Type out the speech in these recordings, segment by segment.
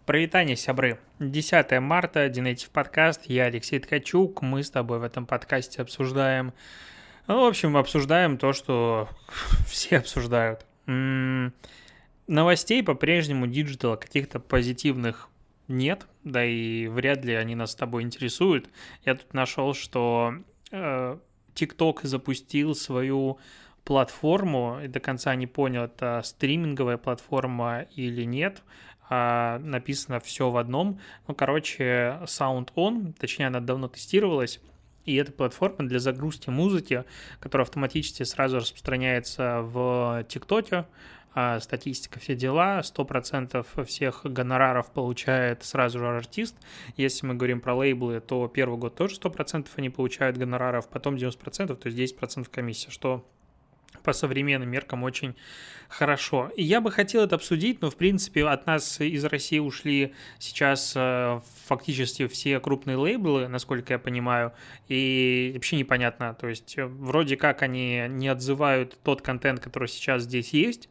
Привет, сябры. 10 марта, Динейтив подкаст, я Алексей Ткачук, мы с тобой в этом подкасте обсуждаем то, что все обсуждают. Новостей по-прежнему диджитала каких-то позитивных нет, да и вряд ли они нас с тобой интересуют. Я тут нашел, что TikTok запустил свою платформу, и до конца не понял, это стриминговая платформа или нет. Написано все в одном. Sound On, точнее, она давно тестировалась, и это платформа для загрузки музыки, которая автоматически сразу распространяется в ТикТоке. Статистика, все дела, 100% всех гонораров получает сразу же артист. Если мы говорим про лейблы, то первый год тоже 100% они получают гонораров, потом 90%, то есть 10% комиссия, что по современным меркам очень хорошо. И я бы хотел это обсудить, но, в принципе, от нас из России ушли сейчас фактически все крупные лейблы, насколько я понимаю, и вообще непонятно, то есть вроде как они не отзывают тот контент, который сейчас здесь есть,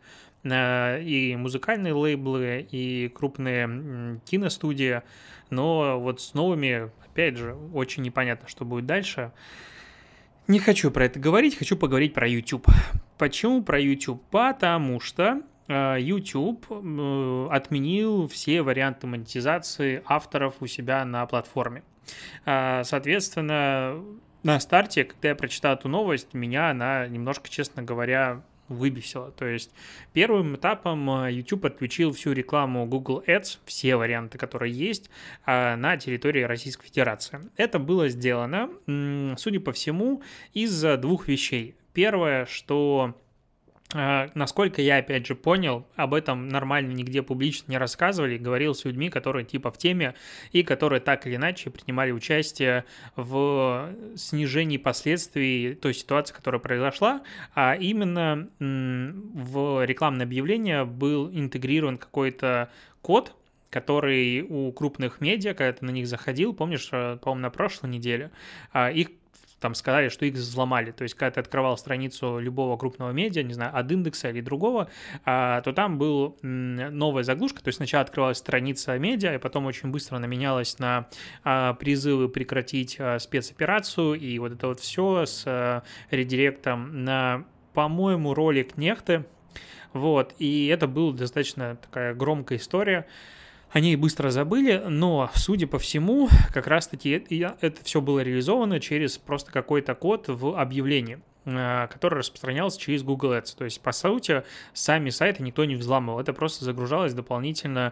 и музыкальные лейблы, и крупные киностудии, но вот с новыми, опять же, очень непонятно, что будет дальше. Не хочу про это говорить, хочу поговорить про YouTube. Почему про YouTube? Потому что YouTube отменил все варианты монетизации авторов у себя на платформе. Соответственно, на старте, когда я прочитал эту новость, меня она немножко, честно говоря, выбесило. То есть первым этапом YouTube отключил всю рекламу Google Ads, все варианты, которые есть, на территории Российской Федерации. Это было сделано, судя по всему, из-за двух вещей. Первое, что, насколько я, опять же, понял, об этом нормально нигде публично не рассказывали, говорил с людьми, которые типа в теме и которые так или иначе принимали участие в снижении последствий той ситуации, которая произошла, а именно в рекламное объявление был интегрирован какой-то код, который у крупных медиа, когда ты на них заходил, помнишь, по-моему, на прошлой неделе, их там сказали, что их взломали. То есть, когда ты открывал страницу любого крупного медиа, не знаю, от Индекса или другого, то там была новая заглушка. То есть, сначала открывалась страница медиа, и потом очень быстро она менялась на призывы прекратить спецоперацию, и вот это вот все с редиректом на, по-моему, ролик Нехты. Вот, и это была достаточно такая громкая история. О ней быстро забыли, но, судя по всему, как раз-таки это все было реализовано через просто какой-то код в объявлении, который распространялся через Google Ads. То есть, по сути, сами сайты никто не взламывал. Это просто загружалось дополнительно,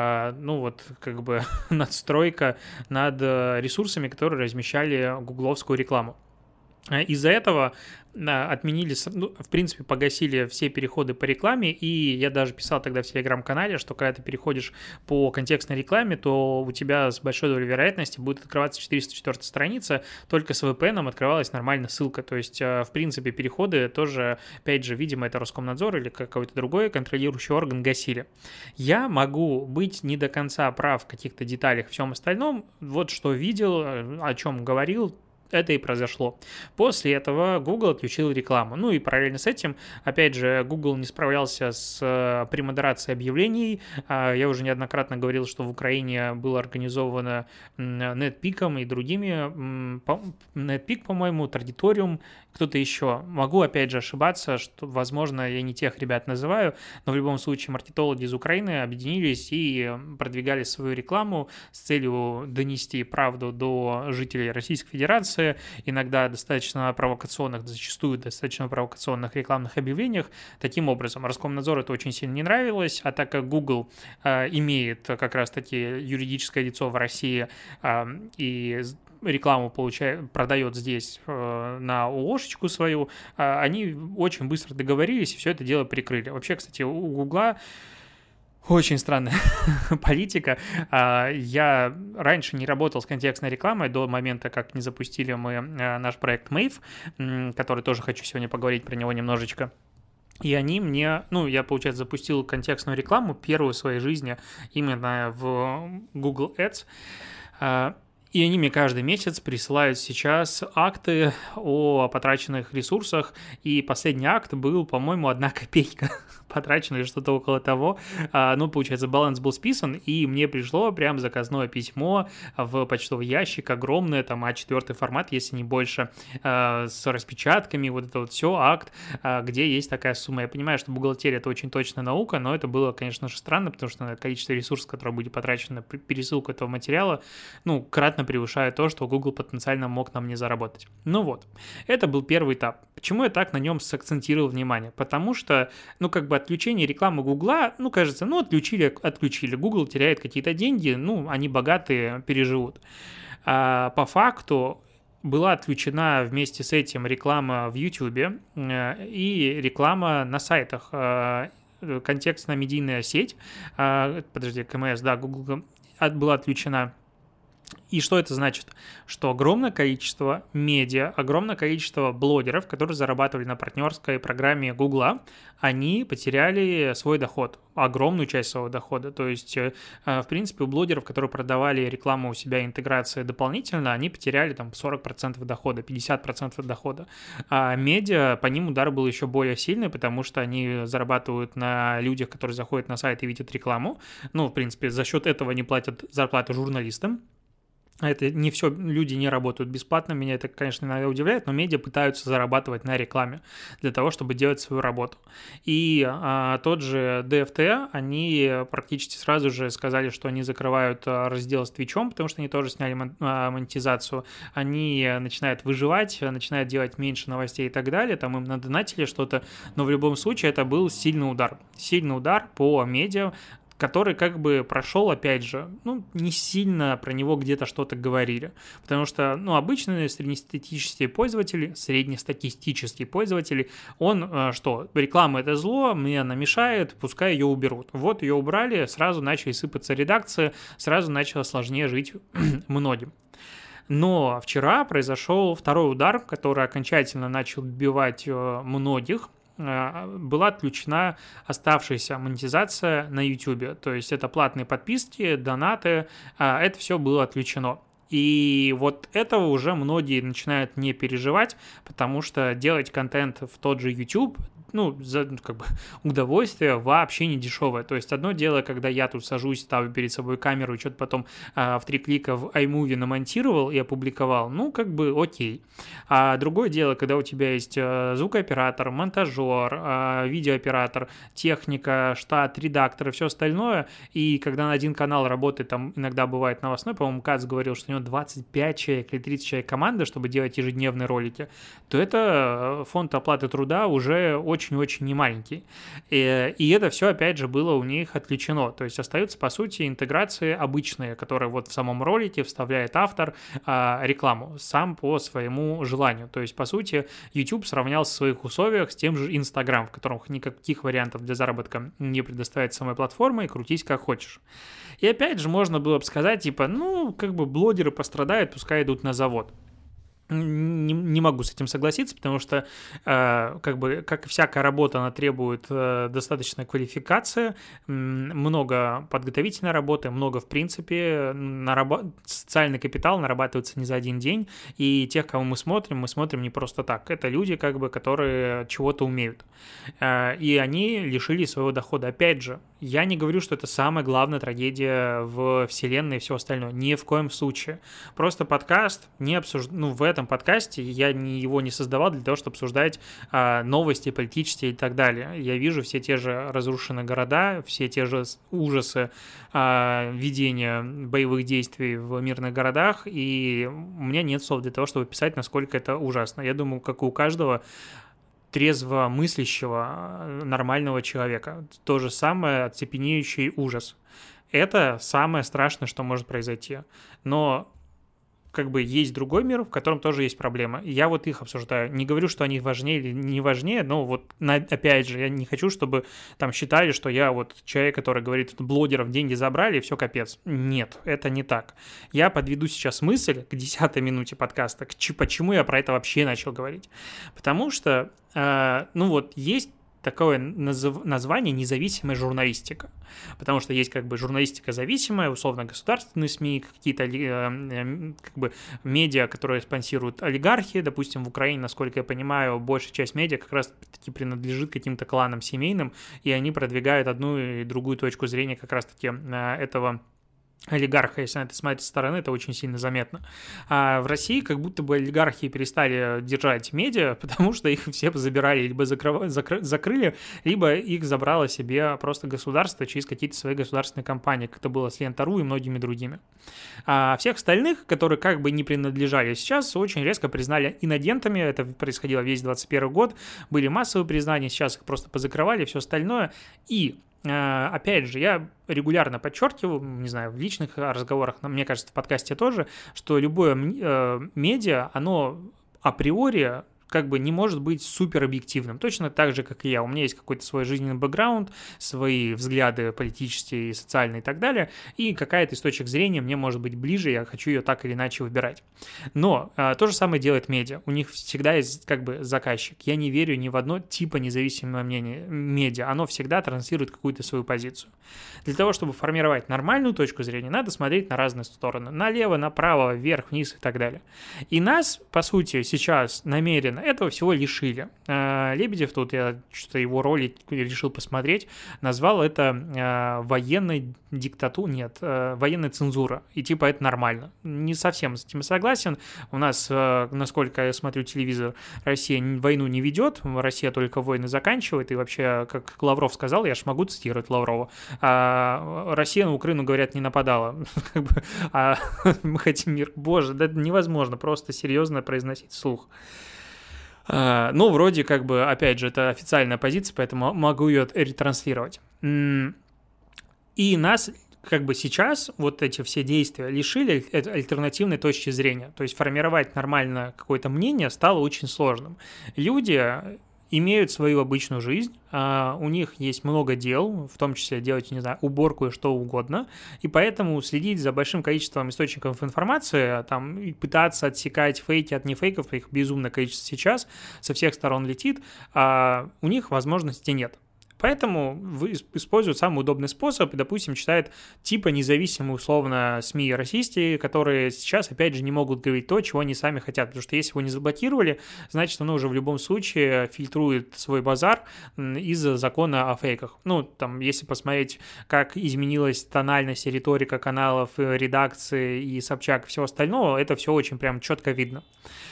надстройка над ресурсами, которые размещали гугловскую рекламу. Из-за этого отменили, в принципе, погасили все переходы по рекламе, и я даже писал тогда в Телеграм-канале, что когда ты переходишь по контекстной рекламе, то у тебя с большой долей вероятности будет открываться 404 страница, только с VPN открывалась нормально ссылка, то есть, в принципе, переходы тоже, опять же, видимо, это Роскомнадзор или какой-то другой контролирующий орган гасили. Я могу быть не до конца прав в каких-то деталях, в всем остальном, вот что видел, о чем говорил, это и произошло. После этого Google отключил рекламу. Ну и параллельно с этим, опять же, Google не справлялся с премодерацией объявлений. Я уже неоднократно говорил, что в Украине было организовано NetPeak и другими. NetPeak, по-моему, Таргиториум, кто-то еще. Могу, опять же, ошибаться, что, возможно, я не тех ребят называю, но в любом случае маркетологи из Украины объединились и продвигали свою рекламу с целью донести правду до жителей Российской Федерации, иногда достаточно провокационных, зачастую достаточно провокационных рекламных объявлениях. Таким образом, Роскомнадзору это очень сильно не нравилось, а так как Google имеет как раз-таки юридическое лицо в России и рекламу продает здесь на ООшечку свою, они очень быстро договорились и все это дело прикрыли. Вообще, кстати, у Гугла очень странная политика. Я раньше не работал с контекстной рекламой до момента, как не запустили мы наш проект Mave, который тоже хочу сегодня поговорить про него немножечко. И они мне, я, получается, запустил контекстную рекламу первую в своей жизни именно в Google Ads. И они мне каждый месяц присылают сейчас акты о потраченных ресурсах, и последний акт был, по-моему, 1 копейка потрачено или что-то около того. Ну, получается, баланс был списан, и мне пришло прям заказное письмо в почтовый ящик, огромное, там А4 формат, если не больше, с распечатками, вот это вот все, акт, где есть такая сумма. Я понимаю, что бухгалтерия — это очень точная наука, но это было, конечно же, странно, потому что количество ресурсов, которое будет потрачено на пересылку этого материала, ну, кратно превышает то, что Google потенциально мог нам не заработать. Ну вот, это был первый этап. Почему я так на нем сакцентировал внимание? Потому что, ну, как бы отключение рекламы Гугла, ну, кажется, ну, отключили. Google теряет какие-то деньги, ну, они богатые, переживут. А по факту была отключена вместе с этим реклама в YouTube и реклама на сайтах. Контекстно-медийная сеть, КМС, да, Google была отключена. И что это значит? Что огромное количество медиа, огромное количество блогеров, которые зарабатывали на партнерской программе Гугла, они потеряли свой доход, огромную часть своего дохода. То есть, в принципе, у блогеров, которые продавали рекламу у себя, интеграции дополнительно, они потеряли там 40% дохода, 50% дохода. А медиа, по ним удар был еще более сильный, потому что они зарабатывают на людях, которые заходят на сайт и видят рекламу. Ну, в принципе, за счет этого они платят зарплату журналистам. Это не все, люди не работают бесплатно, меня это, конечно, иногда удивляет, но медиа пытаются зарабатывать на рекламе для того, чтобы делать свою работу. И тот же DFT, они практически сразу же сказали, что они закрывают раздел с Твичом, потому что они тоже сняли монетизацию, они начинают выживать, начинают делать меньше новостей и так далее, там им надонатили что-то, но в любом случае это был сильный удар по медиа, который как бы прошел, опять же, ну, не сильно про него где-то что-то говорили, потому что, ну, обычные среднестатистические пользователи, он что, реклама — это зло, мне она мешает, пускай ее уберут. Вот ее убрали, сразу начали сыпаться редакции, сразу начало сложнее жить многим. Но вчера произошел второй удар, который окончательно начал добивать многих. Была отключена оставшаяся монетизация на YouTube. То есть это платные подписки, донаты, это все было отключено. И вот этого уже многие начинают не переживать, потому что делать контент в тот же YouTube, ну, как бы удовольствие вообще не дешевое. То есть одно дело, когда я тут сажусь, ставлю перед собой камеру и что-то потом в 3 клика в iMovie намонтировал и опубликовал, ну, как бы окей. А другое дело, когда у тебя есть звукооператор, монтажер, видеооператор, техника, штат, редактор и все остальное, и когда на один канал работает, там иногда бывает новостной, по-моему, Кац говорил, что у него 25 человек или 30 человек команда, чтобы делать ежедневные ролики, то это фонд оплаты труда уже очень-очень немаленький. И это все, опять же, было у них отключено. То есть остаются, по сути, интеграции обычные, которые вот в самом ролике вставляет автор рекламу сам по своему желанию. То есть, по сути, YouTube сравнялся в своих условиях с тем же Instagram, в котором никаких вариантов для заработка не предоставит самой платформа, и крутись как хочешь. И опять же, можно было бы сказать, типа, ну, как бы блогеры пострадают, пускай идут на завод. Не могу с этим согласиться, потому что, как бы, как и всякая работа, она требует достаточной квалификации, много подготовительной работы, много, в принципе, социальный капитал нарабатывается не за один день, и тех, кого мы смотрим не просто так. Это люди, как бы, которые чего-то умеют, и они лишили своего дохода. Опять же, я не говорю, что это самая главная трагедия в вселенной и все остальное, ни в коем случае. Просто подкаст не обсуждаю, в этом подкасте я его не создавал для того, чтобы обсуждать новости политические и так далее. Я вижу все те же разрушенные города, все те же ужасы ведения боевых действий в мирных городах, и у меня нет слов для того, чтобы писать, насколько это ужасно. Я думаю, как и у каждого трезво мыслящего, нормального человека. То же самое оцепенеющий ужас. Это самое страшное, что может произойти. Но как бы есть другой мир, в котором тоже есть проблемы. И я вот их обсуждаю. Не говорю, что они важнее или не важнее, но вот опять же, я не хочу, чтобы там считали, что я вот человек, который говорит, блогеров деньги забрали, и все, капец. Нет, это не так. Я подведу сейчас мысль к 10-й минуте подкаста, почему я про это вообще начал говорить. Потому что, есть такое название независимая журналистика, потому что есть как бы журналистика зависимая, условно государственные СМИ, какие-то как бы медиа, которые спонсируют олигархи, допустим, в Украине, насколько я понимаю, большая часть медиа как раз-таки принадлежит каким-то кланам семейным, и они продвигают одну и другую точку зрения как раз-таки этого олигарха, если на это смотреть со стороны, это очень сильно заметно. А в России как будто бы олигархи перестали держать медиа, потому что их все забирали, либо закрыли, либо их забрало себе просто государство через какие-то свои государственные компании, как это было с Лента.ру и многими другими. А всех остальных, которые как бы не принадлежали сейчас, очень резко признали инагентами, это происходило весь 2021 год, были массовые признания, сейчас их просто позакрывали, все остальное, и опять же, я регулярно подчеркиваю, не знаю, в личных разговорах, но мне кажется, в подкасте тоже, что любое медиа, оно априори как бы не может быть супер объективным. Точно так же, как и я. У меня есть какой-то свой жизненный бэкграунд, свои взгляды политические, социальные и так далее, и какая-то из точек зрения мне может быть ближе, я хочу ее так или иначе выбирать. Но то же самое делает медиа. У них всегда есть как бы заказчик. Я не верю ни в одно типа независимое мнение медиа. Оно всегда транслирует какую-то свою позицию. Для того, чтобы формировать нормальную точку зрения, надо смотреть на разные стороны. Налево, направо, вверх, вниз и так далее. И нас, по сути, сейчас намеренно этого всего лишили. Лебедев, тут я что-то его роли решил посмотреть, назвал это военной диктатурой, нет, военной цензура. И типа это нормально. Не совсем с этим согласен. У нас, насколько я смотрю телевизор, Россия войну не ведет, Россия только войны заканчивает. И вообще, как Лавров сказал, я ж могу цитировать Лаврова, Россия на Украину, говорят, не нападала. А мы хотим мир. Боже, да невозможно просто серьезно произносить вслух. Ну, вроде как бы, опять же, это официальная позиция, поэтому могу ее ретранслировать. И нас как бы сейчас вот эти все действия лишили альтернативной точки зрения. То есть формировать нормально какое-то мнение стало очень сложным. Люди имеют свою обычную жизнь, у них есть много дел, в том числе делать, не знаю, уборку и что угодно, и поэтому следить за большим количеством источников информации, там, и пытаться отсекать фейки от нефейков, их безумное количество сейчас, со всех сторон летит, а у них возможности нет. Поэтому используют самый удобный способ и, допустим, читают типа независимые условно СМИ российские, которые сейчас, опять же, не могут говорить то, чего они сами хотят. Потому что если его не заблокировали, значит, оно уже в любом случае фильтрует свой базар из-за закона о фейках. Ну, там, если посмотреть, как изменилась тональность и риторика каналов, редакции и Собчак и всего остального, это все очень прям четко видно.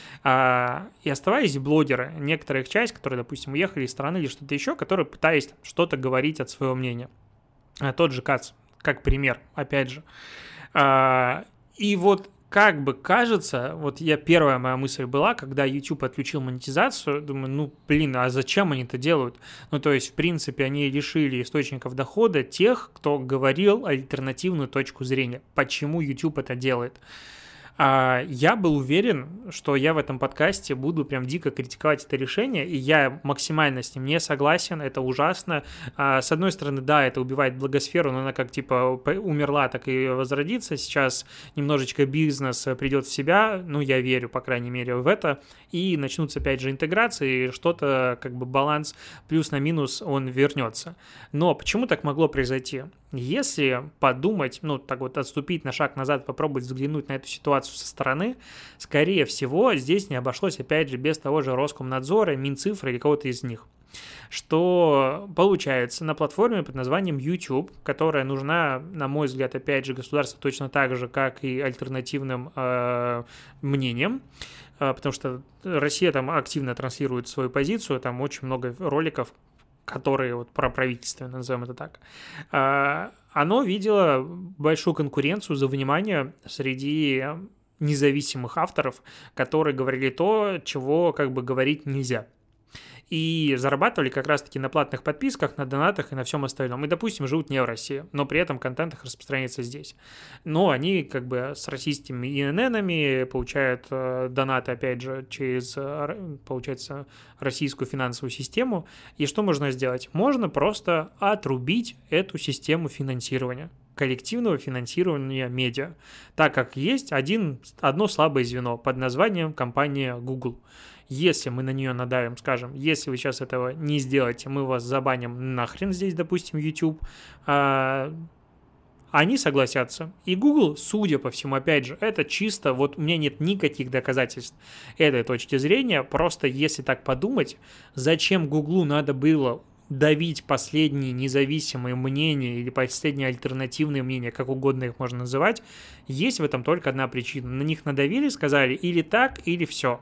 И оставались блогеры, некоторая их часть, которые, допустим, уехали из страны или что-то еще, которые пытались что-то говорить от своего мнения. Тот же Кац, как пример, опять же. И вот как бы кажется, вот первая моя мысль была, когда YouTube отключил монетизацию, думаю, а зачем они это делают? Ну, то есть, в принципе, они лишили источников дохода тех, кто говорил альтернативную точку зрения. Почему YouTube это делает? Я был уверен, что я в этом подкасте буду прям дико критиковать это решение, и я максимально с ним не согласен, это ужасно. С одной стороны, да, это убивает благосферу, но она как типа умерла, так и возродится. Сейчас немножечко бизнес придет в себя, я верю, по крайней мере, в это, и начнутся опять же интеграции, и что-то как бы баланс плюс на минус он вернется. Но почему так могло произойти? Если подумать, так вот отступить на шаг назад, попробовать взглянуть на эту ситуацию со стороны, скорее всего, здесь не обошлось, опять же, без того же Роскомнадзора, Минцифры или кого-то из них. Что получается на платформе под названием YouTube, которая нужна, на мой взгляд, опять же, государству точно так же, как и альтернативным мнениям, потому что Россия там активно транслирует свою позицию, там очень много роликов, которые вот про правительство, назовем это так, оно видело большую конкуренцию за внимание среди независимых авторов, которые говорили то, чего как бы говорить нельзя. И зарабатывали как раз-таки на платных подписках, на донатах и на всем остальном. И, допустим, живут не в России, но при этом контент их распространяется здесь. Но они как бы с российскими ИННами получают донаты, опять же, через, получается, российскую финансовую систему. И что можно сделать? Можно просто отрубить эту систему финансирования. коллективного финансирования медиа, так как есть одно слабое звено под названием компания Google. Если мы на нее надавим, скажем, если вы сейчас этого не сделаете, мы вас забаним нахрен здесь, допустим, YouTube, они согласятся. И Google, судя по всему, опять же, это чисто, вот у меня нет никаких доказательств этой точки зрения, просто если так подумать, зачем Google надо было давить последние независимые мнения или последние альтернативные мнения, как угодно их можно называть, есть в этом только одна причина. На них надавили, сказали или так, или все.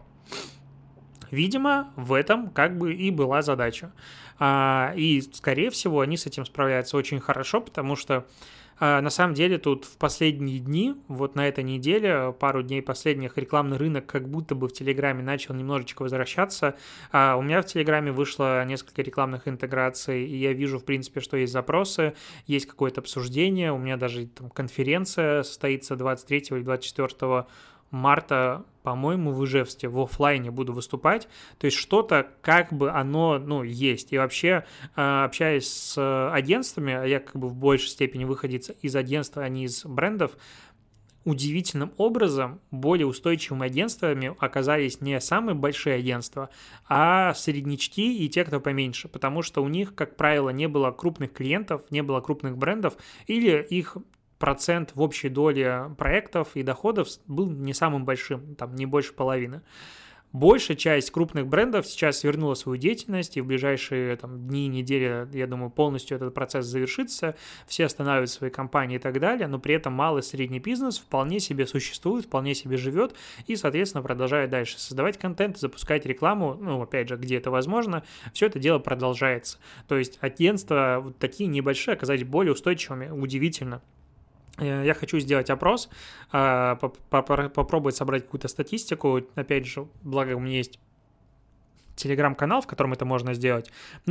Видимо, в этом как бы и была задача. И, скорее всего, они с этим справляются очень хорошо, потому что на самом деле тут в последние дни, вот на этой неделе, пару дней последних, рекламный рынок как будто бы в Телеграме начал немножечко возвращаться. У меня в Телеграме вышло несколько рекламных интеграций, и я вижу, в принципе, что есть запросы, есть какое-то обсуждение, у меня даже там конференция состоится 23 или 24 марта, по-моему, в Ижевске, в офлайне буду выступать, то есть что-то как бы оно, есть. И вообще, общаясь с агентствами, а я как бы в большей степени выходец из агентства, а не из брендов, удивительным образом более устойчивыми агентствами оказались не самые большие агентства, а среднячки и те, кто поменьше, потому что у них, как правило, не было крупных клиентов, не было крупных брендов, или их процент в общей доле проектов и доходов был не самым большим, там не больше половины. Большая часть крупных брендов сейчас вернула свою деятельность, и в ближайшие дни, недели, я думаю, полностью этот процесс завершится, все останавливают свои компании и так далее, но при этом малый и средний бизнес вполне себе существует, вполне себе живет и, соответственно, продолжает дальше создавать контент, запускать рекламу, опять же, где это возможно, все это дело продолжается. То есть агентства вот такие небольшие оказались более устойчивыми, удивительно. Я хочу сделать опрос, попробовать собрать какую-то статистику. Опять же, благо у меня есть телеграм-канал, в котором это можно сделать.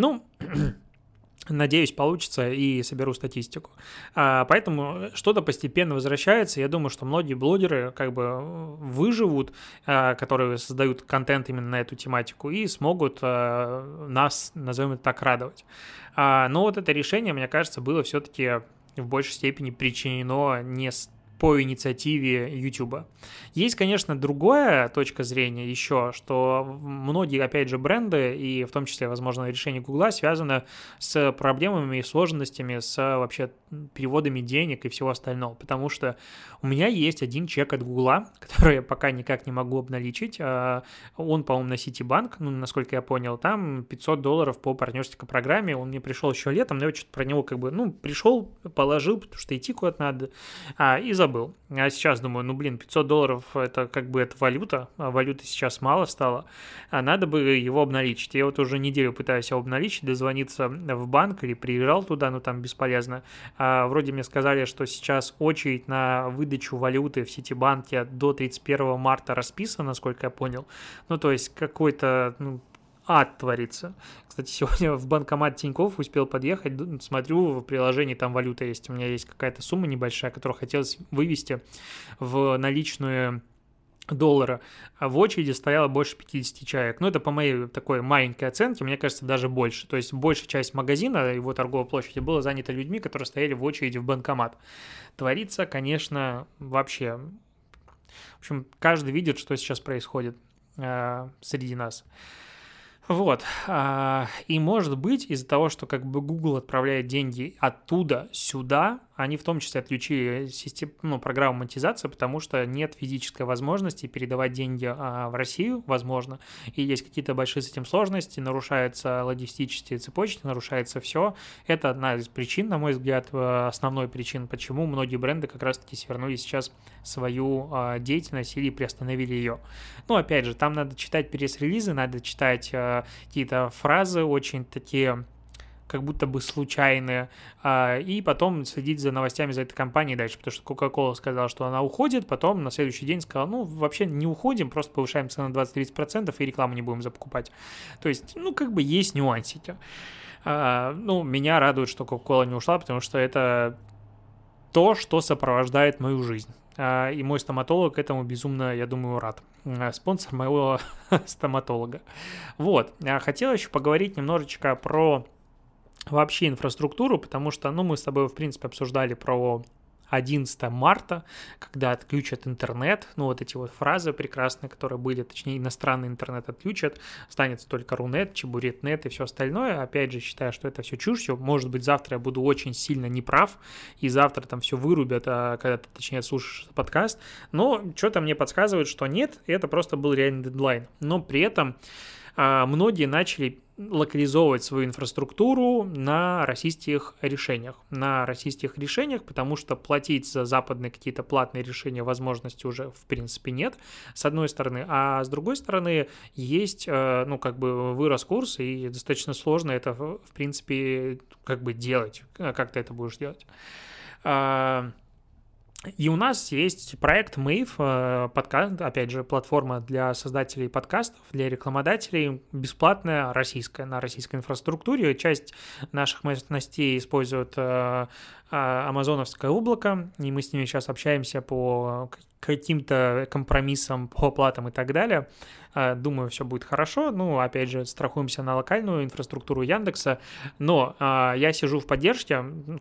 Надеюсь, получится и соберу статистику. Поэтому что-то постепенно возвращается. Я думаю, что многие блогеры как бы выживут, которые создают контент именно на эту тематику, и смогут нас, назовем это так, радовать. Но вот это решение, мне кажется, было все-таки в большей степени причинено не по инициативе YouTube. Есть, конечно, другая точка зрения еще, что многие, опять же, бренды, и в том числе, возможно, решение Гугла связано с проблемами и сложностями с вообще переводами денег и всего остального, потому что у меня есть один чек от Гугла, который я пока никак не могу обналичить. Он, по-моему, на Ситибанк, насколько я понял, там $500 по партнерской программе. Он мне пришел еще летом, но я что-то про него пришел, положил, потому что идти куда-то надо, и забыл. А сейчас думаю, $500 это как бы это валюта, а валюты сейчас мало стало, а надо бы его обналичить. Я вот уже неделю пытаюсь его обналичить, дозвониться в банк или приезжал туда, но там бесполезно. Вроде мне сказали, что сейчас очередь на выдачу валюты в Ситибанке до 31 марта расписана, насколько я понял. То есть какой-то, ад творится. Кстати, сегодня в банкомат Тинькофф успел подъехать, смотрю, в приложении там валюта есть. У меня есть какая-то сумма небольшая, которую хотелось вывести в наличную доллара. В очереди стояло больше 50 человек. Это по моей такой маленькой оценке, мне кажется, даже больше. То есть большая часть магазина, его торговой площади, была занята людьми, которые стояли в очереди в банкомат. Творится, конечно, вообще. В общем, каждый видит, что сейчас происходит среди нас. И может быть из-за того, что как бы Google отправляет деньги оттуда сюда, они в том числе отключили программу монетизации, потому что нет физической возможности передавать деньги в Россию, возможно, и есть какие-то большие с этим сложности, нарушаются логистические цепочки, нарушается все. Это одна из причин, на мой взгляд, основной причин, почему многие бренды как раз-таки свернули сейчас свою деятельность или приостановили ее. Опять же, там надо читать пресс-релизы, надо читать какие-то фразы очень такие как будто бы случайные, и потом следить за новостями за этой компанией дальше, потому что Coca-Cola сказала, что она уходит, потом на следующий день сказала, вообще не уходим, просто повышаем цену на 20-30% и рекламу не будем закупать. То есть, как бы есть нюансики. Меня радует, что Coca-Cola не ушла, потому что это то, что сопровождает мою жизнь. И мой стоматолог этому безумно, я думаю, рад. Спонсор моего стоматолога. Хотел еще поговорить немножечко про вообще инфраструктуру, потому что, мы с тобой, в принципе, обсуждали про 11 марта, когда отключат интернет, ну, вот эти вот фразы прекрасные, которые были, точнее, иностранный интернет отключат, останется только Рунет, Чебуретнет и все остальное. Опять же, считаю, что это все чушь, может быть, завтра я буду очень сильно неправ, и завтра там все вырубят, когда ты, точнее, слушаешь подкаст, но что-то мне подсказывает, что нет, это просто был реальный дедлайн. Но при этом многие начали локализовывать свою инфраструктуру на российских решениях. Потому что платить за западные какие-то платные решения возможности уже, в принципе, нет, с одной стороны. А с другой стороны, есть, вырос курс, и достаточно сложно это, в принципе, делать. Как ты это будешь делать? И у нас есть проект Mave, подкаст, опять же, платформа для создателей подкастов, для рекламодателей, бесплатная, российская, на российской инфраструктуре. Часть наших мощностей используют амазоновское облако, и мы с ними сейчас общаемся по каким-то компромиссам, по оплатам и так далее. Думаю, все будет хорошо. Ну, опять же, страхуемся на локальную инфраструктуру Яндекса. Но я сижу в поддержке,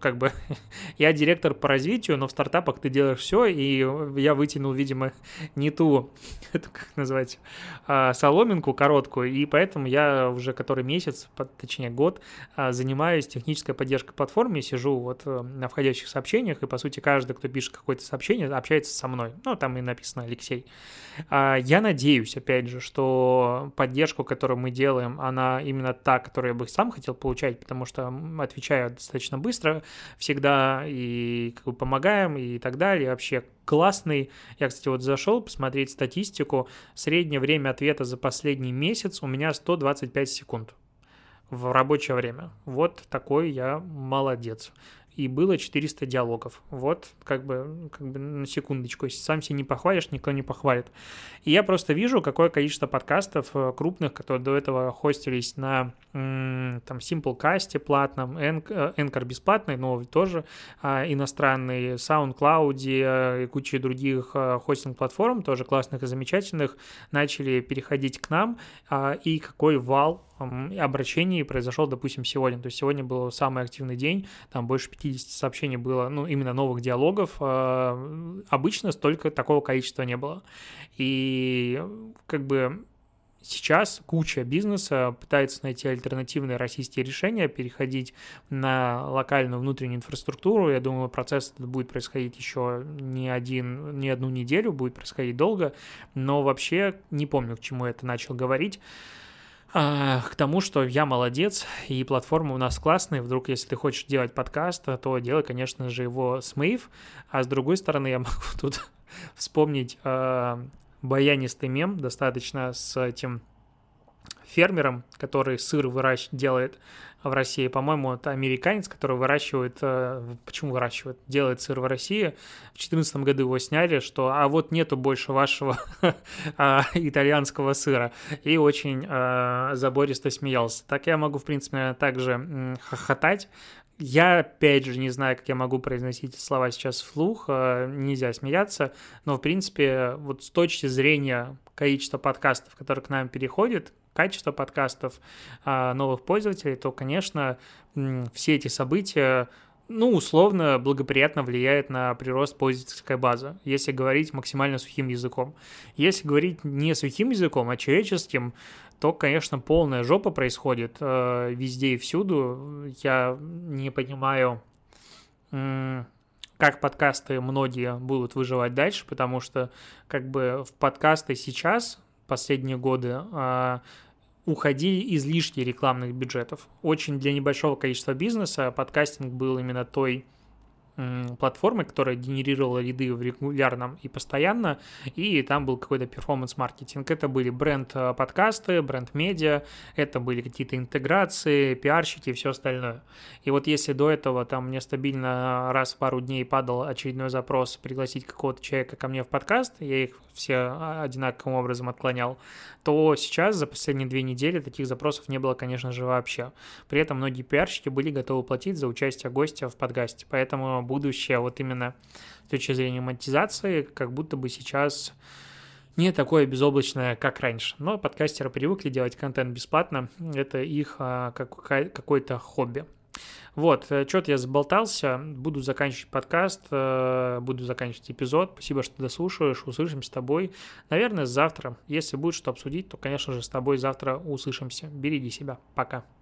я директор по развитию, но в стартапах ты делаешь все, и я вытянул, видимо, не ту, как назвать, соломинку короткую, и поэтому я уже который месяц, точнее год, занимаюсь технической поддержкой платформы, сижу вот на входящих сообщениях, и, по сути, каждый, кто пишет какое-то сообщение, общается со мной. Ну, там и написано Алексей. Я надеюсь, опять же, что поддержку, которую мы делаем, она именно та, которую я бы сам хотел получать, потому что отвечаю достаточно быстро всегда, и помогаем, и так далее. Вообще классный. Я, кстати, вот зашел посмотреть статистику. Среднее время ответа за последний месяц у меня 125 секунд в рабочее время. Вот такой я молодец. И было 400 диалогов. Вот, на секундочку. Если сам себя не похвалишь, никто не похвалит. И я просто вижу, какое количество подкастов крупных, которые до этого хостились на Simplecast платном, Anchor бесплатный, но тоже иностранный, SoundCloud и куча других хостинг-платформ, тоже классных и замечательных, начали переходить к нам. И какой вал обращений произошел, допустим, сегодня. То есть сегодня был самый активный день, там больше 50 сообщений было, именно новых диалогов. Обычно столько такого количества не было. И сейчас куча бизнеса пытается найти альтернативные российские решения, переходить на локальную внутреннюю инфраструктуру. Я думаю, процесс этот будет происходить еще не одну неделю, будет происходить долго, но вообще не помню, к чему я это начал говорить. К тому, что я молодец, и платформа у нас классная. Вдруг, если ты хочешь делать подкаст, то делай, конечно же, его с Mave. А с другой стороны, я могу тут вспомнить баянистый мем, достаточно с этим фермером, который сыр делает в России. По-моему, это американец, который делает сыр в России. В 2014 году его сняли, что вот нету больше вашего итальянского сыра. И очень забористо смеялся. Так я могу, в принципе, наверное, также хохотать. Я, опять же, не знаю, как я могу произносить слова сейчас вслух, нельзя смеяться, но, в принципе, вот с точки зрения количества подкастов, которые к нам переходят, качество подкастов новых пользователей, то, конечно, все эти события, условно, благоприятно влияют на прирост пользовательской базы, если говорить максимально сухим языком. Если говорить не сухим языком, а человеческим, то, конечно, полная жопа происходит везде и всюду. Я не понимаю, как подкасты многие будут выживать дальше, потому что в подкасты сейчас, последние годы, уходили излишки рекламных бюджетов. Очень для небольшого количества бизнеса подкастинг был именно той платформы, которая генерировала лиды в регулярном и постоянно, и там был какой-то перформанс-маркетинг. Это были бренд-подкасты, бренд-медиа, это были какие-то интеграции, пиарщики и все остальное. И вот если до этого там мне стабильно раз в пару дней падал очередной запрос пригласить какого-то человека ко мне в подкаст, я их все одинаковым образом отклонял, то сейчас за последние 2 недели таких запросов не было, конечно же, вообще. При этом многие пиарщики были готовы платить за участие гостя в подкасте, поэтому будущее вот именно с точки зрения монетизации как будто бы сейчас не такое безоблачное, как раньше. Но подкастеры привыкли делать контент бесплатно, это их какое-то хобби. Вот, что-то я заболтался, буду заканчивать подкаст, буду заканчивать эпизод. Спасибо, что дослушаешь, услышимся с тобой. Наверное, завтра. Если будет что обсудить, то, конечно же, с тобой завтра услышимся. Береги себя. Пока.